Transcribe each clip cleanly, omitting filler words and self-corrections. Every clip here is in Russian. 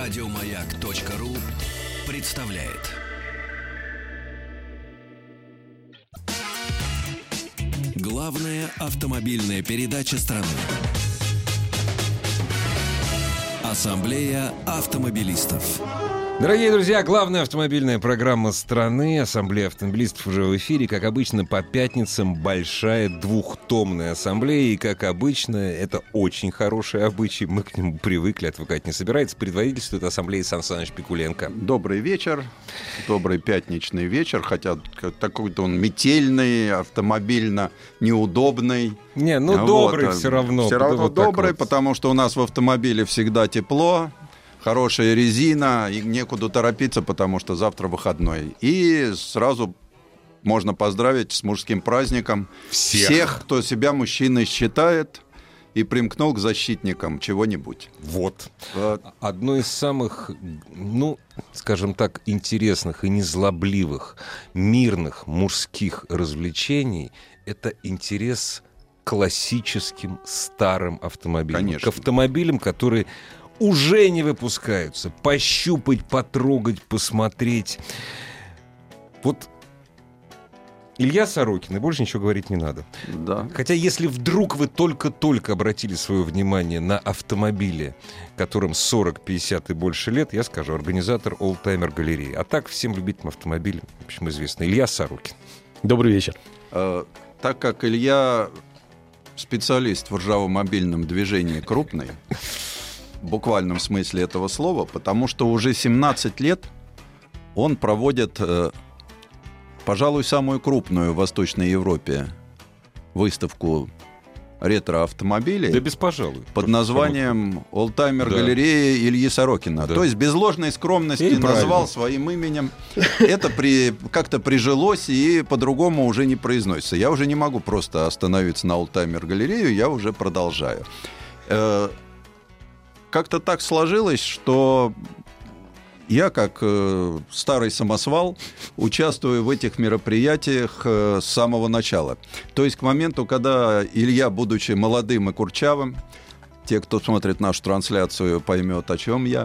Радиомаяк.ру представляет. Главная автомобильная передача страны. Ассамблея автомобилистов. Дорогие друзья, главная автомобильная программа страны «Ассамблея автомобилистов» уже в эфире. Как обычно, по пятницам большая двухтомная ассамблея. И, как обычно, это очень хороший обычай. Мы к нему привыкли, отвыкать не собирается. Предводительствует ассамблея Сан Саныч Пикуленко. Добрый вечер. Добрый пятничный вечер. Хотя такой-то он метельный, автомобильно неудобный. Не, ну добрый все равно. Все равно вот добрый, вот. Потому что у нас в автомобиле всегда тепло. Хорошая резина, и некуда торопиться, потому что завтра выходной. И сразу можно поздравить с мужским праздником всех, кто себя мужчиной считает и примкнул к защитникам чего-нибудь. Вот. Одно из самых, скажем так, интересных и незлобливых, мирных мужских развлечений — это интерес к классическим старым автомобилям. Конечно. К автомобилям, которые уже не выпускаются. Пощупать, потрогать, посмотреть. Вот Илья Сорокин, и больше ничего говорить не надо. Да. Хотя если вдруг вы только-только обратили свое внимание на автомобили, которым 40, 50 и больше лет, я скажу, организатор Oldtimer галереи. А так всем любителям автомобилей, в общем, известно. Илья Сорокин. Добрый вечер. Так как Илья специалист в ржаво-мобильном движении крупный, в буквальном смысле этого слова, потому что уже 17 лет он проводит, пожалуй, самую крупную в Восточной Европе выставку ретро-автомобилей. Да без «пожалуй». Под названием «Oldtimer галерея Ильи Сорокина». Да. То есть без ложной скромности и назвал своим именем. Это как-то прижилось и по-другому уже не произносится. Я уже не могу просто остановиться на «Oldtimer галерею», я уже продолжаю. Как-то так сложилось, что я, как старый самосвал, участвую в этих мероприятиях с самого начала. То есть к моменту, когда Илья, будучи молодым и курчавым, те, кто смотрит нашу трансляцию, поймет, о чем я,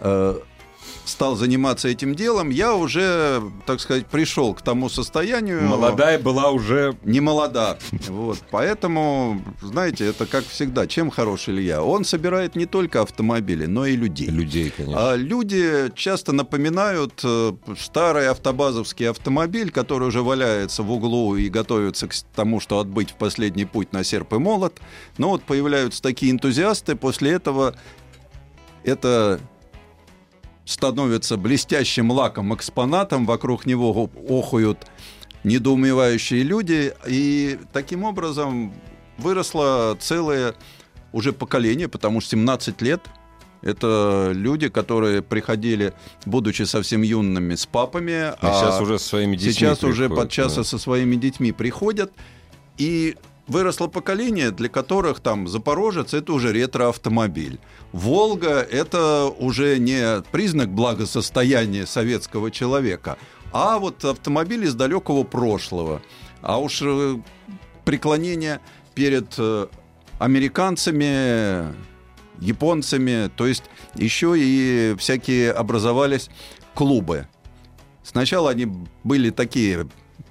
стал заниматься этим делом, я уже, так сказать, пришел к тому состоянию... Молодая была уже... Не молода. Вот. Поэтому, знаете, это как всегда. Чем хорош Илья? Он собирает не только автомобили, но и людей. Людей, конечно. А люди часто напоминают старый автобазовский автомобиль, который уже валяется в углу и готовится к тому, что отбыть в последний путь на серп и молот. Но вот появляются такие энтузиасты, после этого это... становится блестящим лаком, экспонатом, вокруг него охуют недоумевающие люди, и таким образом выросло целое уже поколение, потому что 17 лет — это люди, которые приходили, будучи совсем юными, с папами, сейчас уже со своими детьми сейчас приходят, уже подчас со своими детьми приходят, и выросло поколение, для которых там Запорожец — это уже ретро-автомобиль. Волга — это уже не признак благосостояния советского человека, а вот автомобиль из далекого прошлого. А уж преклонение перед американцами, японцами, то есть еще и всякие образовались клубы. Сначала они были такие...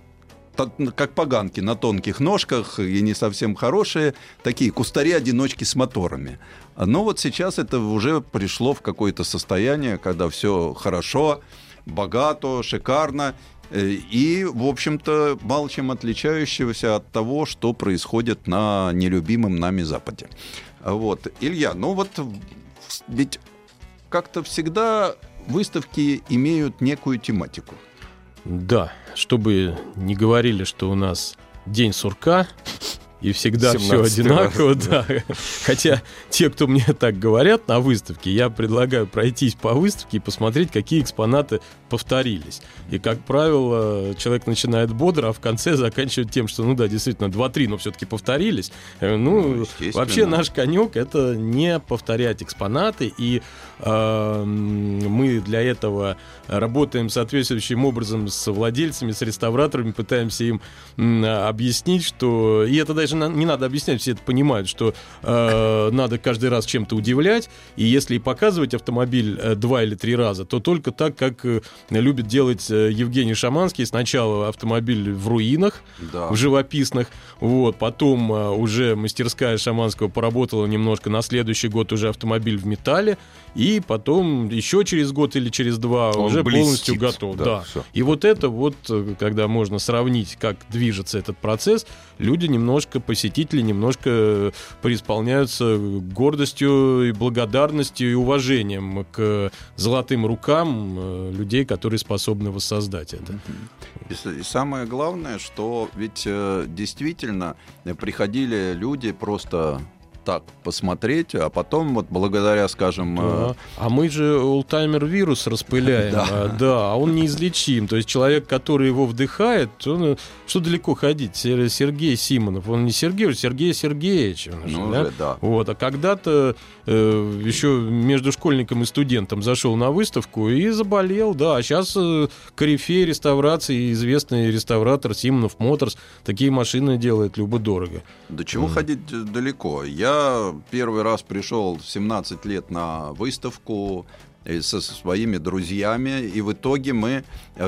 как поганки на тонких ножках и не совсем хорошие, такие кустари-одиночки с моторами. Но вот сейчас это уже пришло в какое-то состояние, когда все хорошо, богато, шикарно и, в общем-то, мало чем отличающегося от того, что происходит на нелюбимом нами Западе. Вот. Илья, ведь как-то всегда выставки имеют некую тематику. Да, чтобы не говорили, что у нас день сурка, и всегда все одинаково, да. Хотя те, кто мне так говорят на выставке, я предлагаю пройтись по выставке и посмотреть, какие экспонаты повторились. И, как правило, человек начинает бодро, а в конце заканчивает тем, что, действительно, 2-3, но все-таки повторились. Вообще наш конек — это не повторять экспонаты, и мы для этого работаем соответствующим образом с владельцами, с реставраторами, пытаемся им объяснить, что... И это даже конечно, не надо объяснять, все это понимают, что надо каждый раз чем-то удивлять, и если и показывать автомобиль 2 или 3 раза, то только так, как любит делать Евгений Шаманский. Сначала автомобиль в руинах, в живописных, вот, потом уже мастерская Шаманского поработала немножко, на следующий год уже автомобиль в металле, и потом еще через год или через 2 он уже полностью готов. Да. И вот это вот, когда можно сравнить, как движется этот процесс, люди немножко, посетители немножко преисполняются гордостью и благодарностью и уважением к золотым рукам людей, которые способны воссоздать это. И самое главное, что ведь действительно приходили люди просто так посмотреть, а потом вот благодаря, скажем... Да. А мы же олдтаймер-вирус распыляем, а он неизлечим. То есть человек, который его вдыхает, он, что далеко ходить? Сергей Симонов, он не Сергей, он Сергей Сергеевич. Вот, а когда-то еще между школьником и студентом зашел на выставку и заболел, да. А сейчас корифей реставрации, известный реставратор Симонов Моторс такие машины делает любо-дорого. До чего ходить далеко? Я первый раз пришел в 17 лет на выставку со своими друзьями, и в итоге мы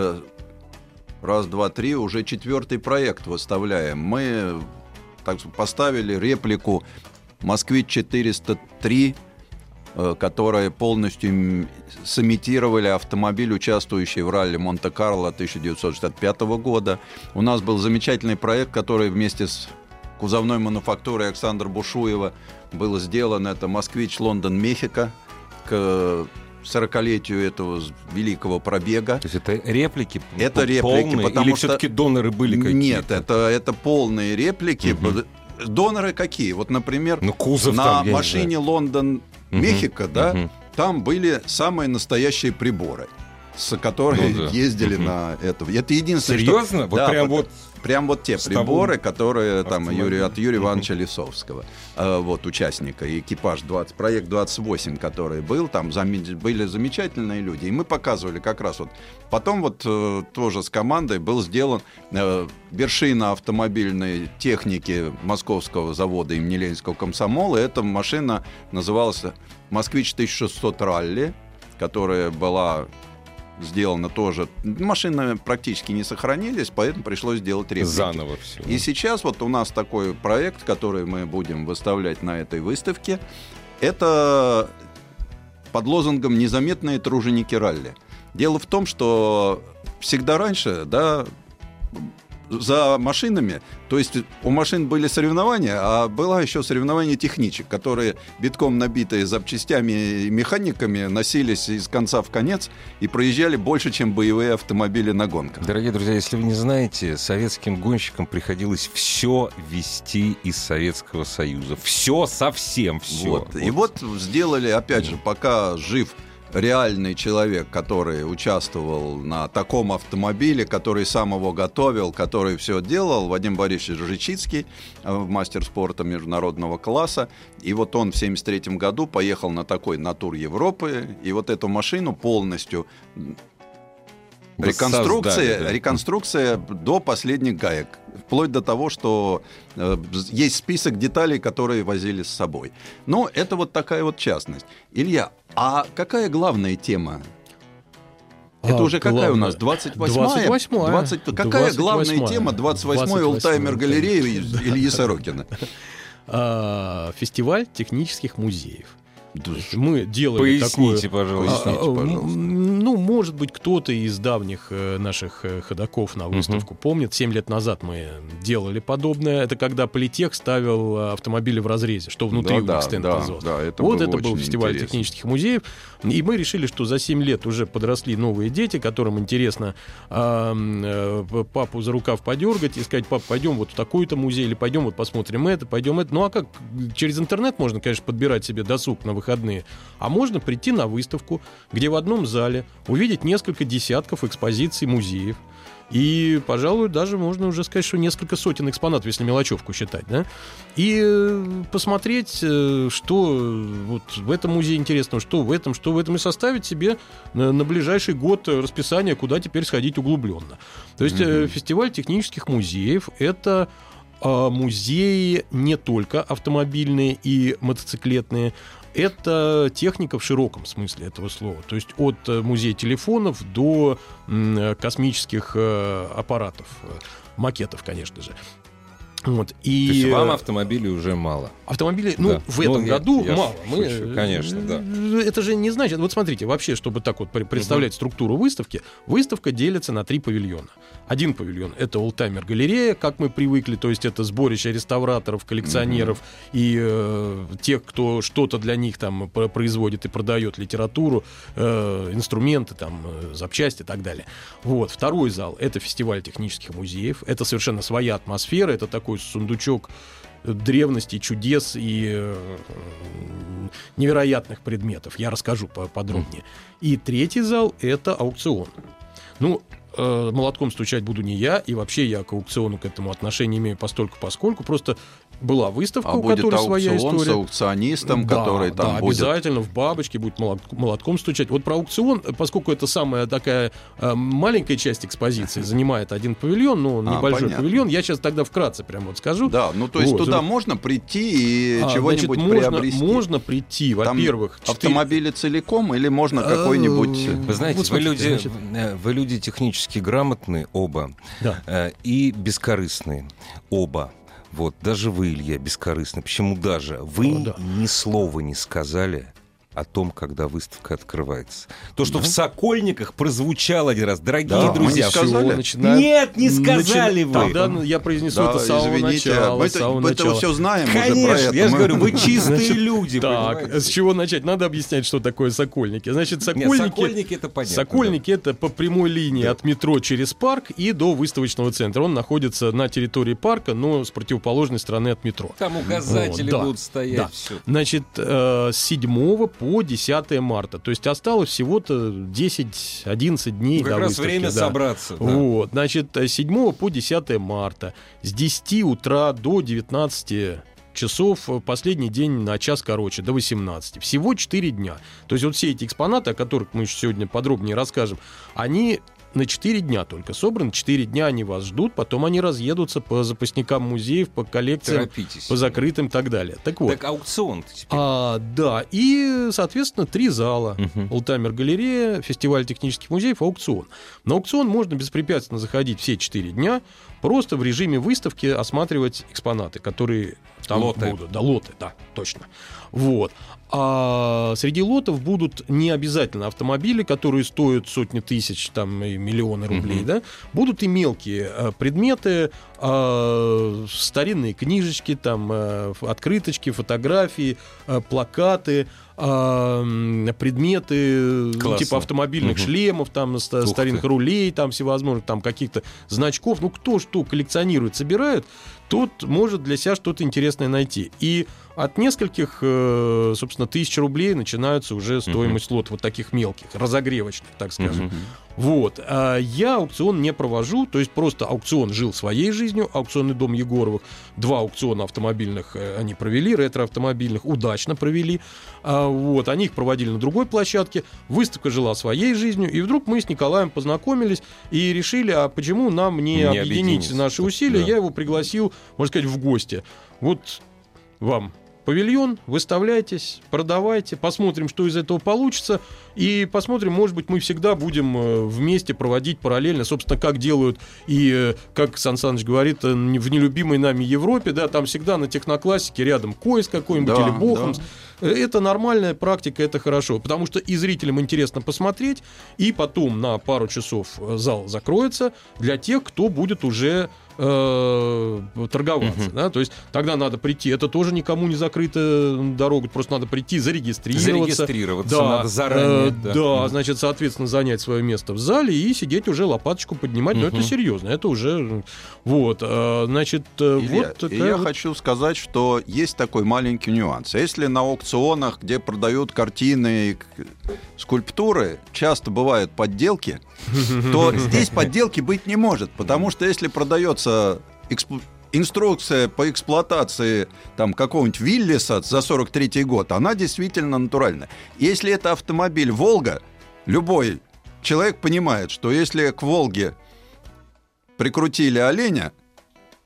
раз, два, три уже 4-й проект выставляем. Мы поставили реплику «Москвич-403», которые полностью сымитировали автомобиль, участвующий в ралли Монте-Карло 1965 года. У нас был замечательный проект, который вместе с кузовной мануфактурой Александра Бушуева было сделано. Это «Москвич Лондон-Мехико» к 40-летию этого великого пробега. То есть это реплики? Это реплики, потому или что... все-таки доноры были какие-то? Нет, это полные реплики. Доноры какие? Вот, например, кузов на там, машине Лондон-Мехико, там были самые настоящие приборы, с которыми ездили на это. Это единственное, серьезно? Что... Вот прям вот те приборы, которые там от Юрия Ивановича Лисовского, вот, участника, и экипаж проект 28, который был, там были замечательные люди, и мы показывали как раз вот. Потом вот тоже с командой был сделан вершина автомобильной техники Московского завода имени Ленинского комсомола. Эта машина называлась «Москвич 1600 ралли», которая была сделано тоже. Машины практически не сохранились, поэтому пришлось делать реплики. Заново все. И сейчас вот у нас такой проект, который мы будем выставлять на этой выставке. Это под лозунгом «Незаметные труженики ралли». Дело в том, что всегда раньше, за машинами, то есть у машин были соревнования, а было еще соревнование техничек, которые битком набитые запчастями и механиками носились из конца в конец и проезжали больше, чем боевые автомобили на гонках. Дорогие друзья, если вы не знаете, советским гонщикам приходилось все вести из Советского Союза. Все, совсем все. Вот. И вот сделали, опять же, пока жив реальный человек, который участвовал на таком автомобиле, который сам его готовил, который все делал, Вадим Борисович Ржичицкий, мастер спорта международного класса. И вот он в 1973 году поехал на такой на тур Европы, и вот эту машину полностью реконструкция до последних гаек. Вплоть до того, что есть список деталей, которые возили с собой. Но это вот такая вот частность. Илья, а какая главная тема? Это уже какая у нас? 28-я? 28-я. Какая главная тема 28-й олдтаймер-галереи Ильи Сорокина? Фестиваль технических музеев. Мы делали Поясните, пожалуйста. Ну, может быть, кто-то из давних наших ходоков на выставку помнит. 7 лет назад мы делали подобное. Это когда Политех ставил автомобили в разрезе, что внутри у них стенд производства. Вот это был фестиваль технических музеев. И мы решили, что за 7 лет уже подросли новые дети, которым интересно папу за рукав подергать и сказать: пап, пойдем вот в такой-то музей, или пойдем вот посмотрим это, пойдем это. Ну а как? Через интернет можно, конечно, подбирать себе досуг на выходные. А можно прийти на выставку, где в одном зале увидеть несколько десятков экспозиций музеев. И, пожалуй, даже можно уже сказать, что несколько сотен экспонатов, если мелочевку считать, да? И посмотреть, что вот в этом музее интересного, что в этом, и составить себе на ближайший год расписание, куда теперь сходить углубленно. То есть фестиваль технических музеев — это музеи не только автомобильные и мотоциклетные, это техника в широком смысле этого слова. То есть от музея телефонов до космических аппаратов, макетов, конечно же. Вот. И... То есть вам автомобилей уже мало? Автомобилей, да. В этом году мало. Конечно, да. Это же не значит... Вот смотрите, вообще, чтобы так вот представлять структуру выставки, выставка делится на 3 павильона. Один павильон — это олдтаймер-галерея, как мы привыкли, то есть это сборище реставраторов, коллекционеров и тех, кто что-то для них там производит и продает, литературу, инструменты, там, запчасти и так далее. Вот. Второй зал — это фестиваль технических музеев. Это совершенно своя атмосфера, это такой сундучок древности, чудес и невероятных предметов. Я расскажу подробнее. И третий зал — это аукцион. Молотком стучать буду не я, и вообще я к аукциону, к этому отношение имею постольку-поскольку. Просто была выставка, у которой своя история. С аукционистом, который там будет... обязательно в бабочке будет молотком стучать. Вот про аукцион, поскольку это самая такая маленькая часть экспозиции, занимает один павильон, небольшой павильон, я сейчас тогда вкратце прям вот скажу. Да, то есть туда можно прийти и чего-нибудь приобрести? Можно прийти, во-первых... Автомобили целиком или можно какой-нибудь... Вы знаете, вы люди технически грамотные оба, и бескорыстные оба. Вот, даже вы, Илья, бескорыстный. Почему даже? Вы ни слова не сказали о том, когда выставка открывается. То, что в Сокольниках прозвучало один раз. Дорогие друзья, нет, не сказали вы. Тогда я произнесу это с самого начала. Мы это все знаем. Конечно, я же говорю, вы чистые люди. Так, с чего начать? Надо объяснять, что такое Сокольники. Значит, Сокольники это понятно. Сокольники это по прямой линии от метро через парк и до выставочного центра. Он находится на территории парка, но с противоположной стороны от метро. Там указатели будут стоять. Значит, с 7 по 10 марта. То есть осталось всего-то 10-11 дней до выставки. Как раз время собраться. Вот. Значит, с 7 по 10 марта с 10 утра до 19 часов, последний день на час короче, до 18. Всего 4 дня. То есть вот все эти экспонаты, о которых мы сегодня подробнее расскажем, они на 4 дня только собраны. 4 дня они вас ждут, потом они разъедутся по запасникам музеев, по коллекциям, по закрытым и так далее. Так вот. Так аукцион теперь. Да, и, соответственно, 3 зала. Олдтаймер-галерея, фестиваль технических музеев, аукцион. На аукцион можно беспрепятственно заходить все 4 дня, просто в режиме выставки осматривать экспонаты, которые там будут. Да, лоты, да, точно. Вот. А среди лотов будут не обязательно автомобили, которые стоят сотни тысяч, там, и миллионы рублей, да? Будут и мелкие предметы, старинные книжечки, там, открыточки, фотографии, плакаты, предметы типа автомобильных шлемов, там, старинных рулей, там, всевозможных, там, каких-то значков. Кто что коллекционирует, собирает, тот может для себя что-то интересное найти. И от нескольких, собственно, тысяч рублей начинается уже стоимость лотов, вот таких мелких, разогревочных, так скажем. Вот. Я аукцион не провожу, то есть просто аукцион жил своей жизнью, аукционный дом Егоровых. 2 аукциона автомобильных они провели, ретро-автомобильных, удачно провели. Вот. Они их проводили на другой площадке, выставка жила своей жизнью, и вдруг мы с Николаем познакомились и решили, а почему нам не объединить наши усилия? Да. Я его пригласил, можно сказать, в гости. Вот вам павильон, выставляйтесь, продавайте, посмотрим, что из этого получится, и посмотрим, может быть, мы всегда будем вместе проводить параллельно, собственно, как делают и, как Сан Саныч говорит, в нелюбимой нами Европе, да, там всегда на техноклассике рядом Койс какой-нибудь или Бохумс. Да. Это нормальная практика, это хорошо, потому что и зрителям интересно посмотреть, и потом на пару часов зал закроется для тех, кто будет уже торговаться, да, то есть тогда надо прийти, это тоже никому не закрыта дорога, просто надо прийти, зарегистрироваться, надо заранее, значит, соответственно, занять свое место в зале и сидеть уже лопаточку поднимать, но это серьезно, это уже вот, значит, Илья, вот такая. Я хочу сказать, что есть такой маленький нюанс. Если на аукционах, где продают картины и скульптуры, часто бывают подделки, то здесь подделки быть не может, потому что если продается инструкция по эксплуатации там, какого-нибудь Виллиса за 43-й год, она действительно натуральная. Если это автомобиль «Волга», любой человек понимает, что если к «Волге» прикрутили оленя,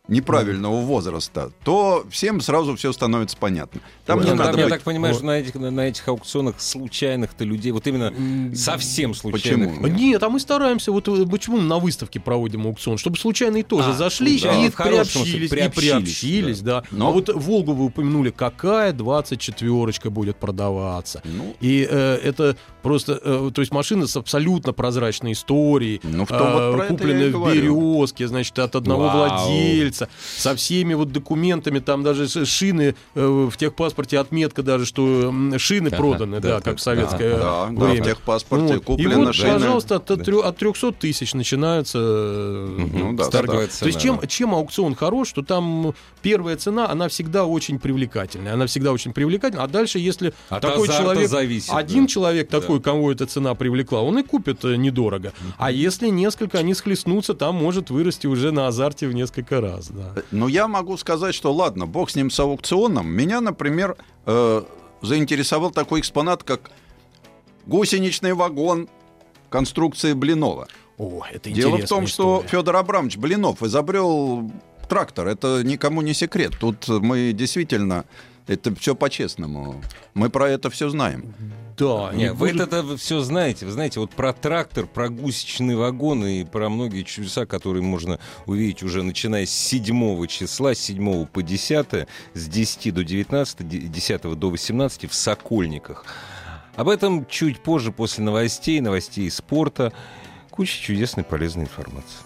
неправильного возраста, то всем сразу все становится понятно. Там не Нет, надо я быть... так понимаю, что на этих аукционах случайных-то людей, вот именно совсем случайных. Почему? Нет, а мы стараемся, вот почему мы на выставке проводим аукцион, чтобы случайные тоже зашли да, и в хорошем смысле, приобщились, да. Но- А вот Волгу вы упомянули, какая 24-ка будет продаваться. Ну. И это просто, то есть машина с абсолютно прозрачной историей, Ну, в том вот про это я и купленная в говорю. «Березке», значит, от одного Вау. владельца, со всеми вот документами, там даже шины в техпаспорте, отметка даже, что шины проданы, да, как в советское Да, время. в техпаспорте Вот. И куплены вот, шины. пожалуйста, от 300 тысяч начинается Ну да, стартовая То есть цена, чем аукцион хорош, что там первая цена, она всегда очень привлекательная. А дальше, если От такой азарта человек, зависит, один да. человек такой, кого эта цена привлекла, он и купит недорого. А если несколько, они схлестнутся, там может вырасти уже на азарте в несколько раз. Да. Но я могу сказать, что ладно, бог с ним с аукционом. Меня, например, заинтересовал такой экспонат, как гусеничный вагон конструкции Блинова. О, это Дело в интересная том, что история. Федор Абрамович Блинов изобрел трактор. Это никому не секрет. Тут мы действительно... Это все по-честному. Мы про это все знаем. Да, Не, не вы буду- это все знаете. Вы знаете, вот про трактор, про гусечный вагон и про многие чудеса, которые можно увидеть уже начиная с 7 числа, с 7 по 10, с 10 до 19, 10 до 18 в Сокольниках. Об этом чуть позже, после новостей спорта. Куча чудесной полезной информации.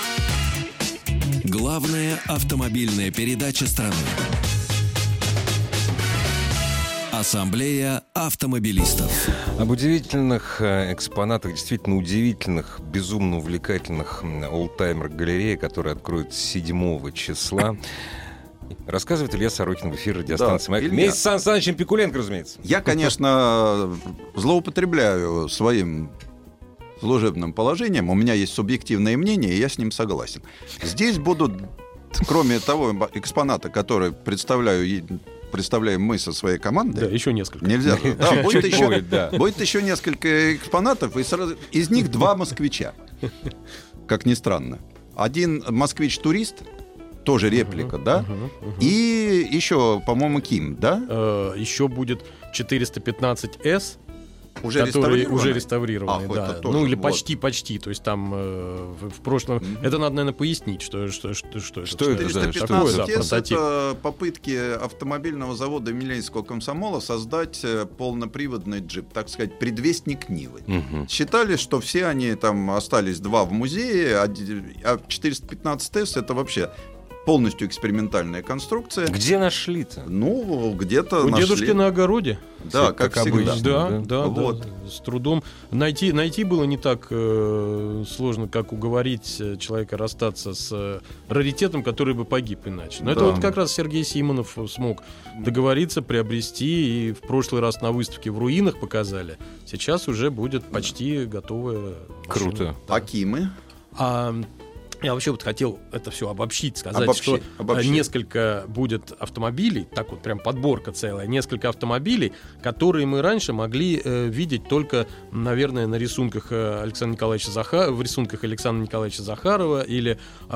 Главная автомобильная передача страны. Ассамблея автомобилистов. Об удивительных экспонатах, действительно удивительных, безумно увлекательных олдтаймер-галереи, которые откроют 7 числа, рассказывает Илья Сорокин в эфире радиостанции Да, «Маяк». Илья. Вместе с Сан Санычем Пикуленко, разумеется. Я, конечно, злоупотребляю своим служебным положением. У меня есть субъективное мнение, и я с ним согласен. Здесь будут, кроме того экспоната, который представляем мы со своей командой, Да, еще несколько. нельзя. Да, будет Чуть еще, будет, да. будет еще несколько экспонатов, и сразу, из них 2 москвича. Как ни странно. Один москвич-турист, тоже реплика, да? И еще, по-моему, Ким, да? Еще будет 415S, Уже который реставрированный? уже реставрированный, Ах, да. это тоже, Ну или вот. почти. То есть там в прошлом. Это надо, наверное, пояснить, что это. Что это, да, такое, 415 да, ТЭС прототип. это попытки автомобильного завода Миленинского комсомола создать полноприводный джип, так сказать, предвестник Нивы. Считали, что все они там остались 2 в музее, а 415 ТЭС это вообще полностью экспериментальная конструкция. Где нашли-то? Ну, где-то У нашли. дедушки на огороде. Да, как всегда. обычно. Да, Вот. с трудом. Найти было не так сложно, как уговорить человека расстаться с раритетом, который бы погиб иначе. Но это Да. вот как раз Сергей Симонов смог договориться, приобрести, и в прошлый раз на выставке в руинах показали. Сейчас уже будет почти готовая машина. Круто. А Кимы? Я вообще вот хотел это все обобщить, сказать, Обобщи. что несколько будет автомобилей, так вот прям подборка целая, несколько автомобилей, которые мы раньше могли видеть только, наверное, на рисунках Александра Николаевича Захарова или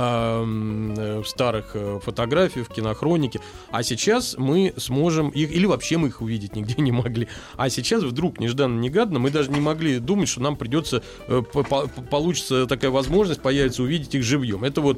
в старых фотографиях, в кинохронике. А сейчас мы сможем их, или вообще мы их увидеть нигде не могли. А сейчас вдруг нежданно-негаданно мы даже не могли думать, что нам придется, получится такая возможность, появится увидеть их живьем. Это вот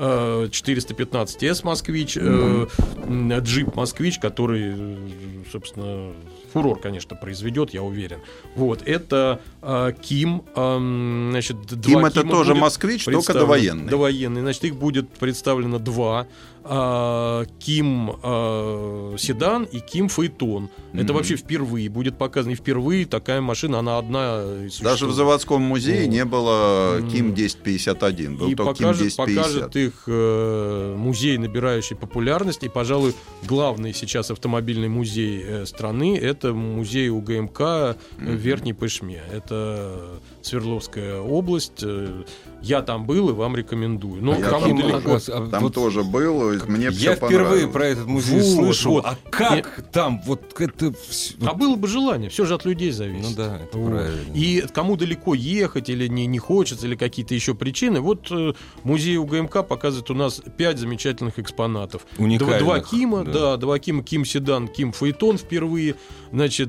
415S «Москвич», джип «Москвич», который, собственно, фурор, конечно, произведет, я уверен. Вот, это Ким, значит, Ким два это Кима тоже будет «Москвич», только представлено. довоенный. Довоенный, значит, их будет представлено 2. Ким седан и Ким фаэтон. Это вообще впервые будет показано. И впервые такая машина, она одна и существует. Даже в заводском музее Вот. не было Ким 1051, был И только Ким покажет 1050. их музей, набирающий популярность. И, пожалуй, главный сейчас автомобильный музей страны — это музей УГМК в Верхней Пышме. Это Свердловская область. Я там был и вам рекомендую. Но Я кому там далеко... Там Вот тоже был, и мне все я впервые понравилось. про этот музей Вот, слышал. вот. А как там? Вот это всё- А было бы желание, все же от людей зависит. Ну да, это Вот. правильно. И кому далеко ехать или не хочется, или какие-то еще причины, вот музей УГМК показывает у нас 5 замечательных экспонатов. Уникальных. 2 Кима, да, 2 Кима, Ким Седан, Ким Фаэтон впервые. Значит,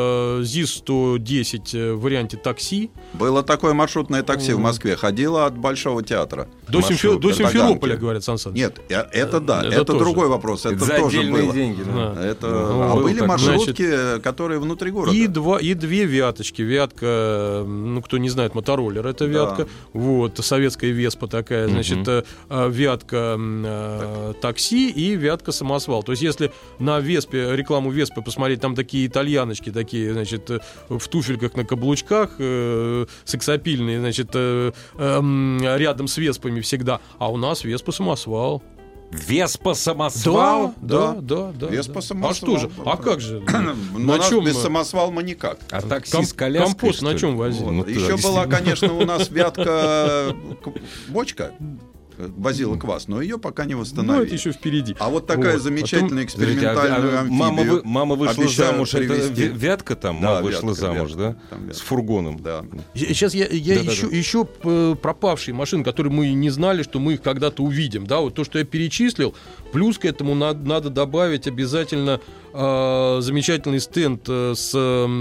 ЗИС-110 в варианте такси. Было такое маршрутное такси в Москве. Ходило от Большого театра. До Симферополя, говорят, Сан Саныч. Нет, это да, Это это тоже. другой вопрос. Это за тоже отдельные было. деньги. Да. Это... Ну, а было были так. маршрутки, которые внутри города. И 2 вяточки. Вятка, ну, кто не знает, мотороллер, это вятка. Вот, советская Веспа такая. Значит, вятка такси и вятка самосвал. То есть, если на Веспе, рекламу Веспы посмотреть, там такие итальяночки, такие, значит, в туфельках на каблучках, сексапильные, значит, рядом с Веспами всегда. А у нас Веспа самосвал. Веспа-самосвал? Да. Веспа-самосвал. А что же? А как же? У На нас чем? без самосвала никак. А такси с коляской, Компост что на ли? чем возили? Вот. Ну, Еще да, была, конечно, у нас вятка бочка. Возила квас, но ее пока не Ну, восстановили. это еще впереди. А вот такая Вот. замечательная Подождите, экспериментальную амфибию мама вышла обещают замуж, привезти. это вятка там? Да, Мама вышла вятка, замуж, вятка. да? Там вятка. С фургоном. Да. Сейчас я Да-да-да. еще пропавшие машины, которые мы не знали, что мы их когда-то увидим. Да, вот то, что я перечислил, плюс к этому надо добавить обязательно замечательный стенд с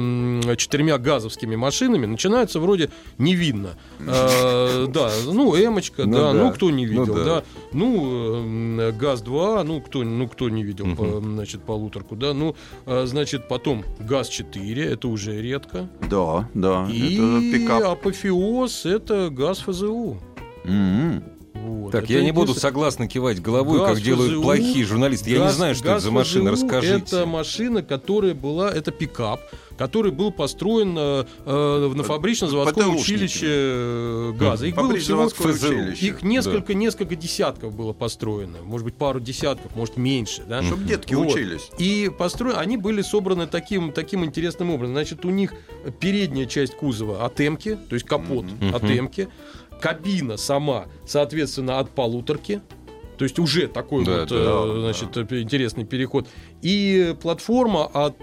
4 газовскими машинами. Начинается вроде невинно. Да, ну, эмочка, Ну да, да. ну, кто не видел, Ну да. да. Ну, ГАЗ-2, кто не видел, значит, полуторку, да. Ну, значит, потом ГАЗ-4, это уже редко. Да, И это пикап. апофеоз — это ГАЗ-ФЗУ. М-м. Вот. Так, Это я не буду единственное. согласно кивать головой, ГАЗ как делают ФЗУ, плохие журналисты. Я не знаю, что это за машина. ГАЗ-ФЗУ Расскажите. Это машина, которая была, это пикап, который был построен на фабрично-заводском ПТУшники. училище газа. Их было всего Фабрично-заводское училище. их несколько десятков было построено, может быть, пару десятков, может, меньше, да? Чтоб детки Вот. учились. И они были собраны таким интересным образом. Значит, у них передняя часть кузова от М-ки, то есть капот от М-ки, кабина сама, соответственно, от полуторки. То есть уже такой Да, вот, да, значит, интересный переход. И платформа от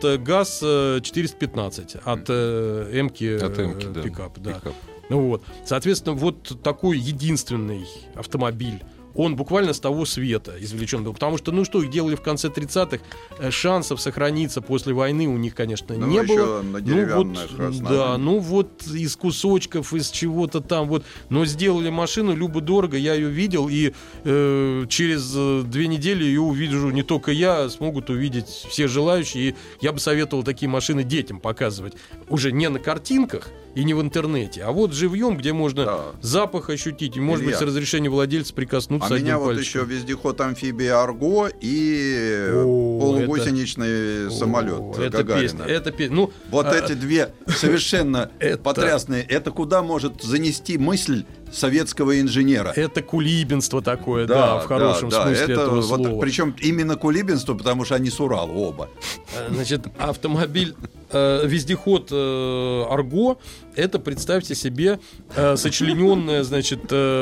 ГАЗ-415, от М-ки, От М-ки, да. пикап. Да. Пикап. Ну вот. Соответственно, вот такой единственный автомобиль. Он буквально с того света извлечен был. Потому что, ну что, их делали в конце 30-х, шансов сохраниться после войны у них, конечно, Ну, не еще было. на деревянных основаниях. Да, ну вот из кусочков, из чего-то там вот. Но сделали машину любо-дорого, я ее видел, и через 2 недели ее увижу не только я, смогут увидеть все желающие. И я бы советовал такие машины детям показывать. Уже не на картинках и не в интернете, а вот живьем, где можно запах ощутить, и, может Илья, быть, с разрешения владельца прикоснуться А одним меня вот пальчиком. еще вездеход амфибия Арго и О, полугусеничный самолет Это Гагарина. песня, это песня. Ну, Вот эти две совершенно это- потрясные. Это куда может занести мысль советского инженера? это кулибинство такое, да, в хорошем смысле это этого вот, слова. причем именно кулибинство, потому что они с Урала оба. Значит, автомобиль, вездеход Арго, это, представьте себе, сочлененное, значит,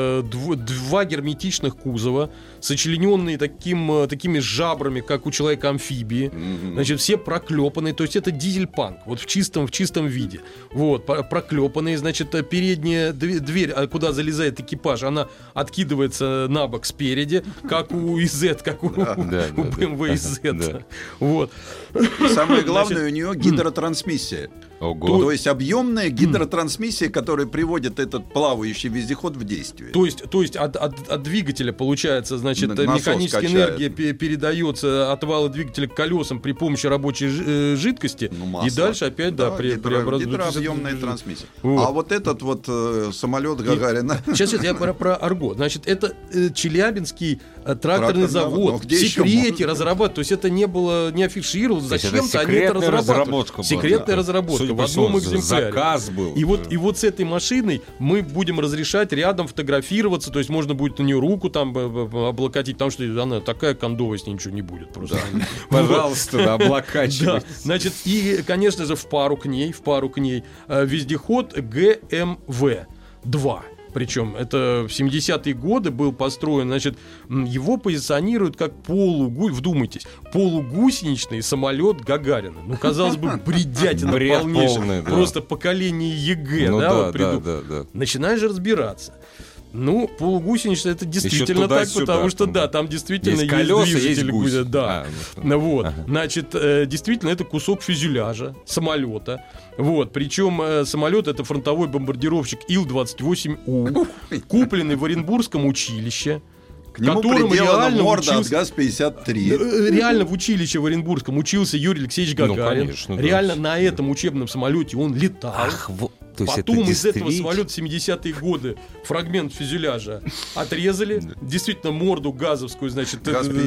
2 герметичных кузова, сочлененные такими жабрами, как у человека-амфибии. Значит, все проклепанные, то есть это дизель-панк, вот в чистом виде. Вот, проклепанные, значит, передняя дверь, куда залезает экипаж, она откидывается на бок спереди, как у ИЗ, как у BMW IZ. Вот. И самое главное, у нее гидротрансмиссия. Ого. То есть объемная гидротрансмиссия, которая приводит этот плавающий вездеход в действие. То есть от двигателя получается, значит, Насос механическая качает. энергия передается от вала двигателя к колесам при помощи рабочей жидкости, Масло. и дальше опять преобразуется. Гидрообъемная трансмиссия. Вот. А вот этот вот самолет Гагарина. Сейчас я про Арго. Значит, это Челябинский тракторный завод. Ну, где В еще секрете можно? разрабатывать. То есть это не было, не афишировалось. То есть это Зачем-то они это секретная разрабатывали. разработка была, Секретная да. разработка Судя в по одном всему, экземпляре. заказ был. И вот с этой машиной мы будем разрешать рядом фотографироваться, то есть можно будет на нее руку там облокотить, потому что она такая кондовая, с ней ничего не будет. Просто. Пожалуйста, да, Да, облокачивайтесь. значит, и, конечно же, в пару к ней вездеход ГМВ-2. Причем это в 70-е годы был построен, значит, его позиционируют как вдумайтесь, полугусеничный самолет Гагарина. Ну, казалось бы, бредятина Бред полнейшая. полный, да. Просто поколение ЕГЭ, Ну да, да, вот придумал. да. Начинаешь разбираться. Ну, полугусеничная это действительно Еще так, туда-сюда, потому что, там, да, там действительно есть есть колеса, движитель. есть гусь. Будет, да. Вот. Ага. Значит, действительно, это кусок фюзеляжа самолета. Вот. Причем самолет — это фронтовой бомбардировщик Ил-28У, купленный в Оренбургском училище. К нему которому приделана реально морда учился- от ГАЗ-53. Реально в училище в Оренбургском учился Юрий Алексеевич Гагарин. конечно, да. Реально на этом учебном самолете он летал. Ах, вот. То есть Потом это из этого действительно- самолета в 70-е годы фрагмент фюзеляжа отрезали. Действительно, морду газовскую, значит...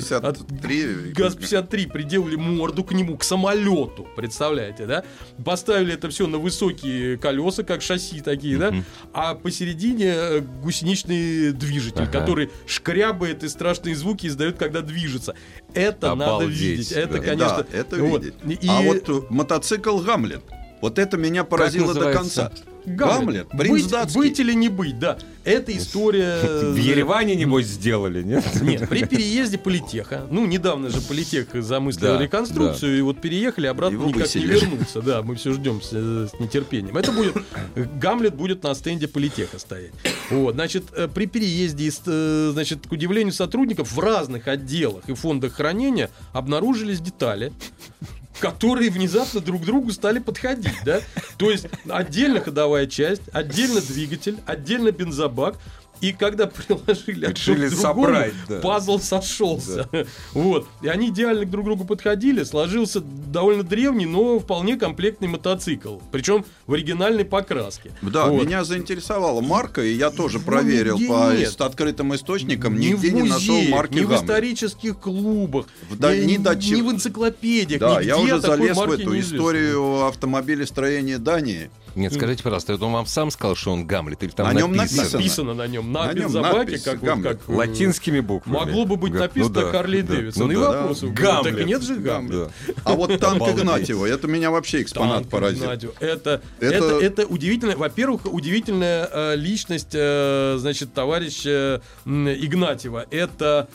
ГАЗ-53. ГАЗ-53 приделали морду к нему, к самолету. Представляете, да? Поставили это все на высокие колеса, как шасси такие, да? А посередине гусеничный движитель, Ага. который шкрябает и страшные звуки издает, когда движется. Это надо Обалдеть, видеть. Это, да. конечно... Да, это вот. видеть. И- А вот мотоцикл «Гамлет», вот это меня поразило до называется? конца. Гамлет, принц быть, датский. быть или не быть, да. Это история... В Ереване, небось, сделали, нет? Нет, при переезде политеха, ну, недавно же политех замыслил Да, реконструкцию, и вот переехали, обратно Его никак выселили. не вернуться. Да, мы все ждем с нетерпением. Это будет... Гамлет будет на стенде политеха стоять. Вот, значит, при переезде, значит, к удивлению сотрудников, в разных отделах и фондах хранения обнаружились детали, которые внезапно друг к другу стали подходить, да? То есть отдельно ходовая часть, отдельно двигатель, отдельно бензобак. И когда приложили одно Решили к другому, собрать, да. пазл сошелся. Вот. И они идеально друг к другу подходили. Сложился довольно древний, но вполне комплектный мотоцикл. Причем в оригинальной покраске. Да, Вот. меня заинтересовала марка, и я тоже Ну, проверил нигде по нет. открытым источникам, Ни нигде в не нашел музеях, марки ни в «Гамлет». исторических клубах, Ни до ни чего. в энциклопедиях. Да, нигде я уже такой залез в марки эту неизвестно. историю автомобилестроения Дании. Нет, скажите, пожалуйста, это он вам сам сказал, что он Гамлет? Или там На нем написано? Написано на нем. На На нем бензобаке, надпись как, вот, «Гамлет». как Латинскими буквами. могло бы быть написано да, Харли да, Дэвидсон. ну И да. вопрос. Гамлет. Так и нет же Гамлет. Да. А вот танк Обалдеть. Игнатьева, это меня вообще экспонат Танк поразил. Игнатьева. Это Это- удивительно. Во-первых, удивительная личность, значит, товарища Игнатьева. Это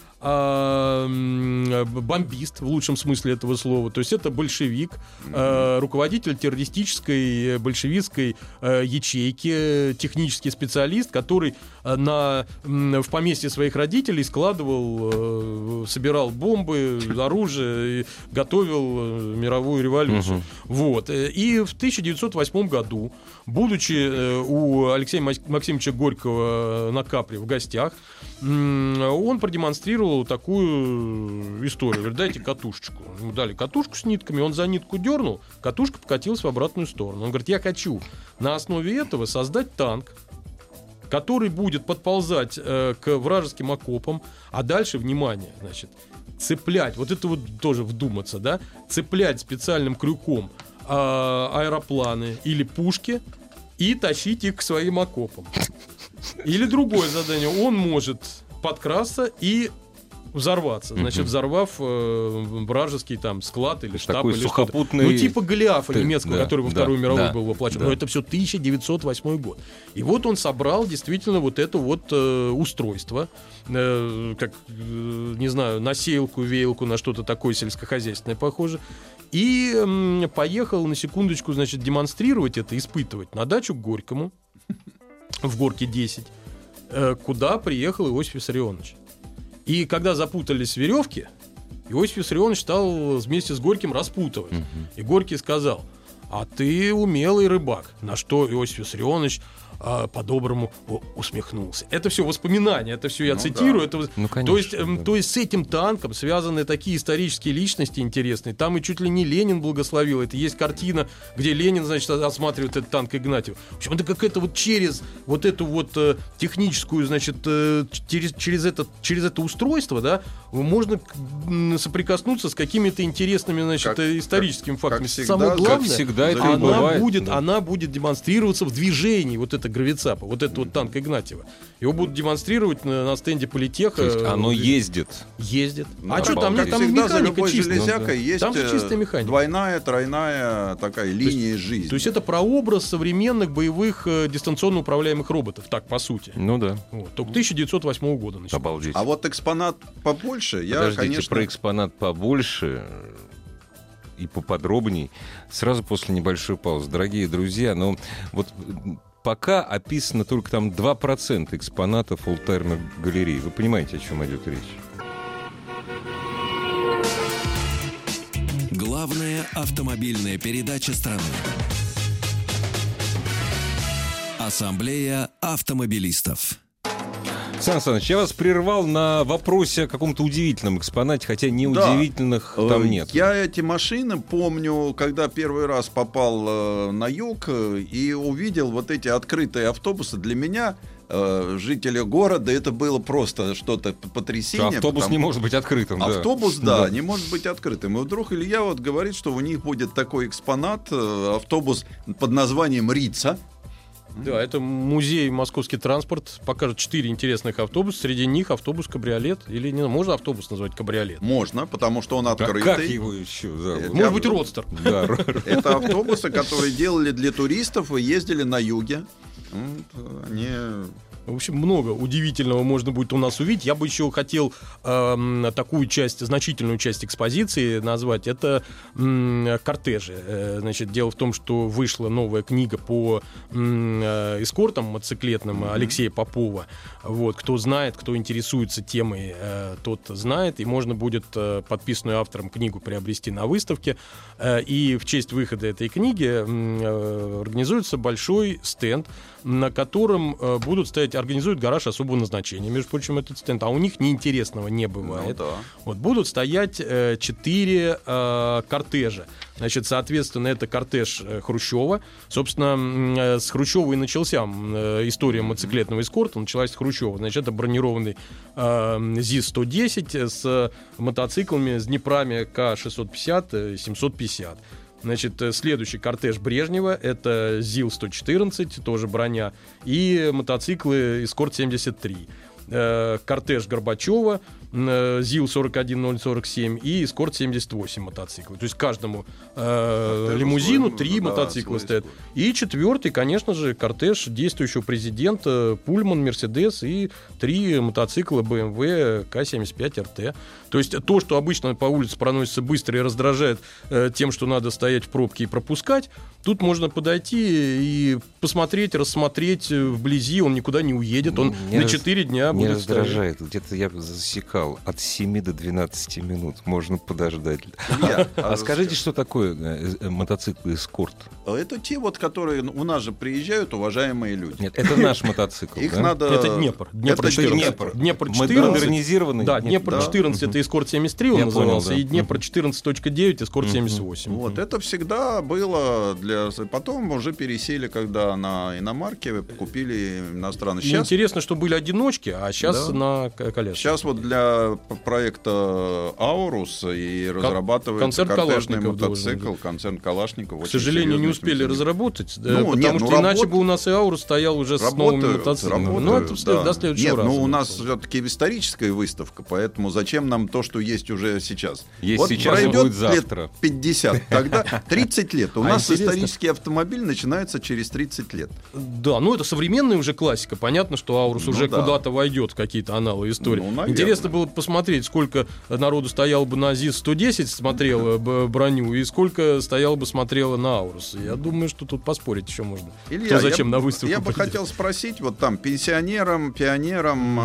бомбист в лучшем смысле этого слова. То есть это большевик, руководитель террористической большевистской ячейки, технический специалист, который в поместье своих родителей складывал, собирал бомбы, оружие, и готовил мировую революцию. Вот. И в 1908 году, будучи у Алексея Максимовича Горького на Капре в гостях, он продемонстрировал такую историю. Говорит, дайте катушечку. Ему дали катушку с нитками, он за нитку дернул, катушка покатилась в обратную сторону. Он говорит, я хочу на основе этого создать танк, который будет подползать к вражеским окопам, а дальше, внимание, значит, цеплять, вот это вот тоже вдуматься, да, цеплять специальным крюком аэропланы или пушки и тащить их к своим окопам. Или другое задание, он может подкрасться и взорваться. Значит, взорвав вражеский там склад или штаб такой или что-то. сухопутный- Ну, типа Голиафа немецкого, да, который во да, Вторую мировую да, был воплощен. да. Но это все 1908 год. И вот он собрал действительно вот это вот устройство, не знаю, на сеялку, веялку, на что-то такое сельскохозяйственное похоже. И поехал, на секундочку, значит, демонстрировать это, испытывать на дачу к Горькому в Горке 10, куда приехал Иосиф Виссарионович. И когда запутались веревки, Иосиф Виссарионович стал вместе с Горьким распутывать. И Горький сказал: а ты умелый рыбак. На что Иосиф Виссарионович по-доброму усмехнулся. Это все воспоминания, это все я цитирую. да. Это, Ну, конечно, то есть с этим танком связаны такие исторические личности интересные. Там и чуть ли не Ленин благословил. Это есть картина, где Ленин, значит, осматривает этот танк Игнатьева. В общем, это какая-то вот через вот эту вот техническую, значит, через это устройство, да, можно соприкоснуться с какими-то интересными, значит, историческими фактами. всегда, Самое как главное, всегда это бывает, да. она будет демонстрироваться в движении, вот эта гравицапа, вот это вот танк Игнатьева. Его будут демонстрировать на стенде политеха. То есть оно ездит. Ездит. Ну, А что там? как Там всегда, за механика любой чистая. железякой есть Там же чистая механика. двойная, тройная такая линия жизни. То есть это прообраз современных боевых дистанционно управляемых роботов, так по сути. Ну да. Вот. Только 1908 года началось. Обалдеть. А вот экспонат побольше, я, Подождите, конечно... про экспонат побольше и поподробней сразу после небольшой паузы. Дорогие друзья, ну вот пока описано только там 2% экспонатов олдтаймер галереи. Вы понимаете, о чем идет речь? Главная автомобильная передача страны. Ассамблея автомобилистов. Сан Саныч, я вас прервал на вопросе о каком-то удивительном экспонате, хотя неудивительных там нет. Я эти машины помню, когда первый раз попал на юг и увидел вот эти открытые автобусы. Для меня, жителя города, это было просто что-то потрясение. Автобус не может быть открытым. Автобус, да, не может быть открытым. И вдруг Илья вот говорит, что у них будет такой экспонат, автобус под названием «Рица». Да, это музей «Московский транспорт». Покажет 4 интересных автобуса. Среди них автобус-кабриолет. Или не можно автобус назвать кабриолет? Можно, потому что он открытый. Как его еще зовут? Может быть, родстер. Да. Это автобусы, которые делали для туристов и ездили на юге. Они... В общем, много удивительного можно будет у нас увидеть. Я бы еще хотел такую часть, значительную часть экспозиции назвать. Это кортежи. Значит, дело в том, что вышла новая книга по эскортам мотоциклетным Алексея Попова. Вот, кто знает, кто интересуется темой, тот знает. И можно будет подписанную автором книгу приобрести на выставке. И в честь выхода этой книги организуется большой стенд, на котором будут стоять, организуют гараж особого назначения. Между прочим, этот стенд, а у них неинтересного не бывает. Ну, да. Вот будут стоять 4 кортежа. Значит, соответственно, это кортеж Хрущева. Собственно, с Хрущева и начался история мотоциклетного эскорта. Началась с Хрущева. Значит, это бронированный ЗИС-110 с мотоциклами, с Днепроми К-650, 750. Значит, следующий кортеж Брежнева — это ЗИЛ-114, тоже броня, и мотоциклы Эскорт-73. Кортеж Горбачева, ЗИЛ-41047 и Эскорт-78 мотоциклы. То есть каждому лимузину 3 мотоцикла стоят. И 4-й, конечно же, кортеж действующего президента, Пульман, Мерседес и 3 мотоцикла BMW К-75 РТ. То есть то, что обычно по улице проносится быстро и раздражает тем, что надо стоять в пробке и пропускать, тут можно подойти и посмотреть, рассмотреть вблизи. Он никуда не уедет, он на 4 дня будет стоять. Не раздражает. Где-то я засекал. От 7 до 12 минут можно подождать. А скажите, что такое мотоцикл эскорт? Это те вот, которые у нас же приезжают, уважаемые люди. Нет, это наш мотоцикл. Их надо... Это Днепр. Днепр-14. Модернизированный. Да, Днепр-14 это Эскорт-73 он назывался, и Днепр-14.9 Эскорт-78. Вот это всегда было для... Потом уже пересели, когда на иномарке купили иностранные. Сейчас... Интересно, что были одиночки, а сейчас на коляске. Сейчас вот для проекта Аурус и разрабатывается кортежный мотоцикл, концерн Калашников. К сожалению, не успели разработать, потому что иначе бы у нас и Аурус стоял уже с новыми мотоциклами. Но это до следующего раза. Нет, у нас все-таки историческая выставка, поэтому зачем нам то, что есть уже сейчас? Есть вот сейчас, пройдет будет завтра. Лет 50, тогда 30 лет. У нас исторический автомобиль начинается через 30 лет. Да, ну это современная уже классика. Понятно, что Аурус уже куда-то войдет в какие-то аналы истории. Интересно было посмотреть, сколько народу стояло бы на ЗИС-110, смотрело броню, и сколько стояло бы смотрело на Аурус. Я думаю, что тут поспорить еще можно. Илья, зачем на выставку я бы хотел спросить, вот там пенсионерам, пионерам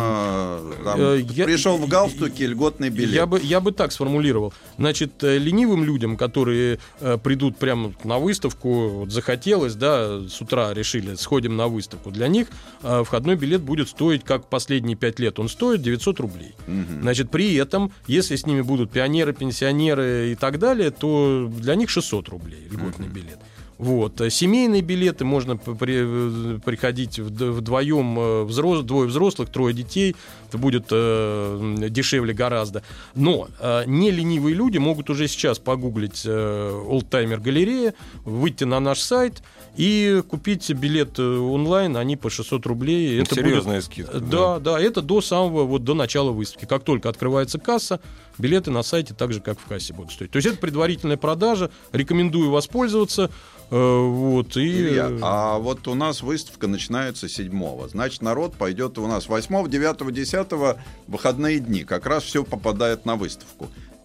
пришел в галстуке льготный билет. Я бы так сформулировал. Значит, ленивым людям, которые придут прямо на выставку, вот захотелось, да, с утра решили, сходим на выставку, для них входной билет будет стоить, как последние 5 лет он стоит, 900 рублей. Значит, при этом, если с ними будут пионеры, пенсионеры и так далее, то для них 600 рублей льготный билет. Вот. Семейные билеты можно приходить вдвоем, двое взрослых, 3 детей, это будет дешевле гораздо. Но не ленивые люди могут уже сейчас погуглить Oldtimer галерея, выйти на наш сайт и купить билет онлайн, они по 600 рублей. Это серьезная скидка. Да, это до начала выставки. Как только открывается касса, билеты на сайте так же, как в кассе будут стоить. То есть это предварительная продажа, рекомендую воспользоваться. Вот, Илья, а вот у нас выставка начинается 7-го. Значит, народ пойдет у нас 8-го, 9-го, 10-го выходные дни. Как раз все попадает на выставку.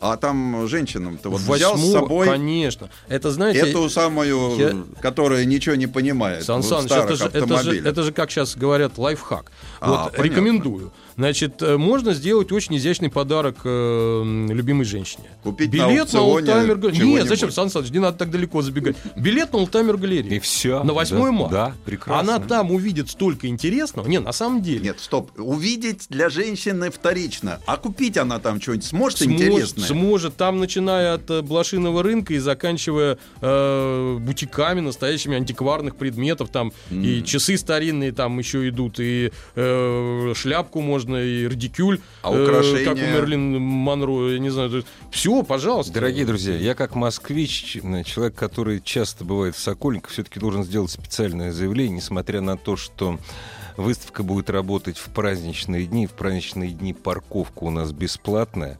А там женщинам-то вот взял с собой... Конечно. Это, знаете... Эту самую, которая ничего не понимает. Сан Саныч, это же, как сейчас говорят, лайфхак. Вот, рекомендую. Значит, можно сделать очень изящный подарок любимой женщине. Купить билет на Олдтаймер галереи. Нет, зачем, Сан Саныч, не надо так далеко забегать. Билет на Олдтаймер галереи. И все. На 8 марта. Да, прекрасно. Она там увидит столько интересного. Не, на самом деле. Нет, стоп. Увидеть для женщины вторично. А купить она там что-нибудь сможет интересное? Сможет. Там, начиная от блошиного рынка и заканчивая бутиками, настоящими антикварных предметов. Там и часы старинные там еще идут, и шляпку можно, и радикюль, украшения? как у Мерлин Монро, я не знаю. Все, пожалуйста. Дорогие друзья, я как москвич, человек, который часто бывает в Сокольниках, все-таки должен сделать специальное заявление, несмотря на то, что выставка будет работать в праздничные дни. В праздничные дни парковка у нас бесплатная.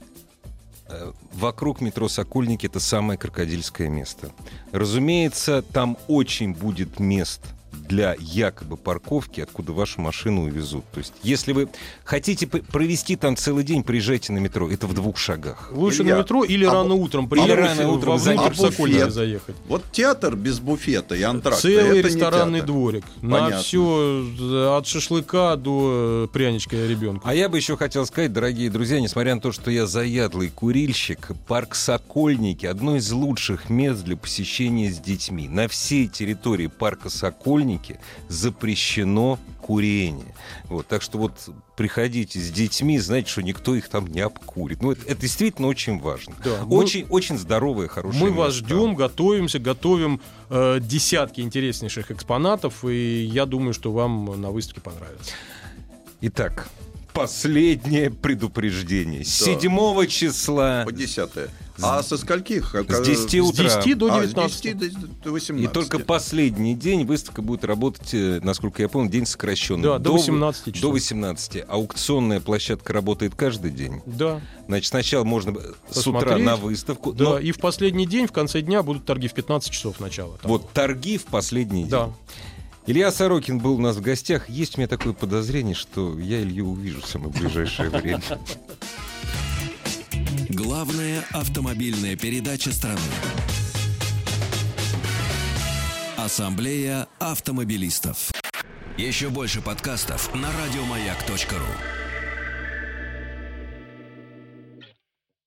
Вокруг метро «Сокольники» это самое крокодильское место. Разумеется, там очень будет мест для якобы парковки, откуда вашу машину увезут. То есть, если вы хотите провести там целый день, приезжайте на метро. Это в 2 шагах. Лучше на метро или рано утром приехать, вовнутрь в Сокольники заехать. Вот театр без буфета и антракта. Целый ресторанный дворик. Понятно. На все, от шашлыка до пряничка ребенка. А я бы еще хотел сказать, дорогие друзья, несмотря на то, что я заядлый курильщик, парк Сокольники — одно из лучших мест для посещения с детьми. На всей территории парка Сокольники запрещено курение. Вот, так что вот приходите с детьми, знаете, что никто их там не обкурит. Ну, это действительно очень важно. Да, очень здоровое, хорошее Мы место. вас ждем, готовим десятки интереснейших экспонатов, и я думаю, что вам на выставке понравится. Итак, последнее предупреждение. С 7 числа... По 10-е. А со скольких? С 10 утра. С 10 до 19. С 10 до 18. И только последний день выставка будет работать, насколько я помню, день сокращенный. Да, до 18 часов. До 18. Аукционная площадка работает каждый день. Да. Значит, сначала можно с утра на выставку. Да, но... и в последний день, в конце дня будут торги в 15 часов начала. Там. Вот торги в последний день. Да. Илья Сорокин был у нас в гостях. Есть у меня такое подозрение, что я Илью увижу в самое ближайшее время. Главная автомобильная передача страны. Ассамблея автомобилистов. Еще больше подкастов на радиомаяк.ру.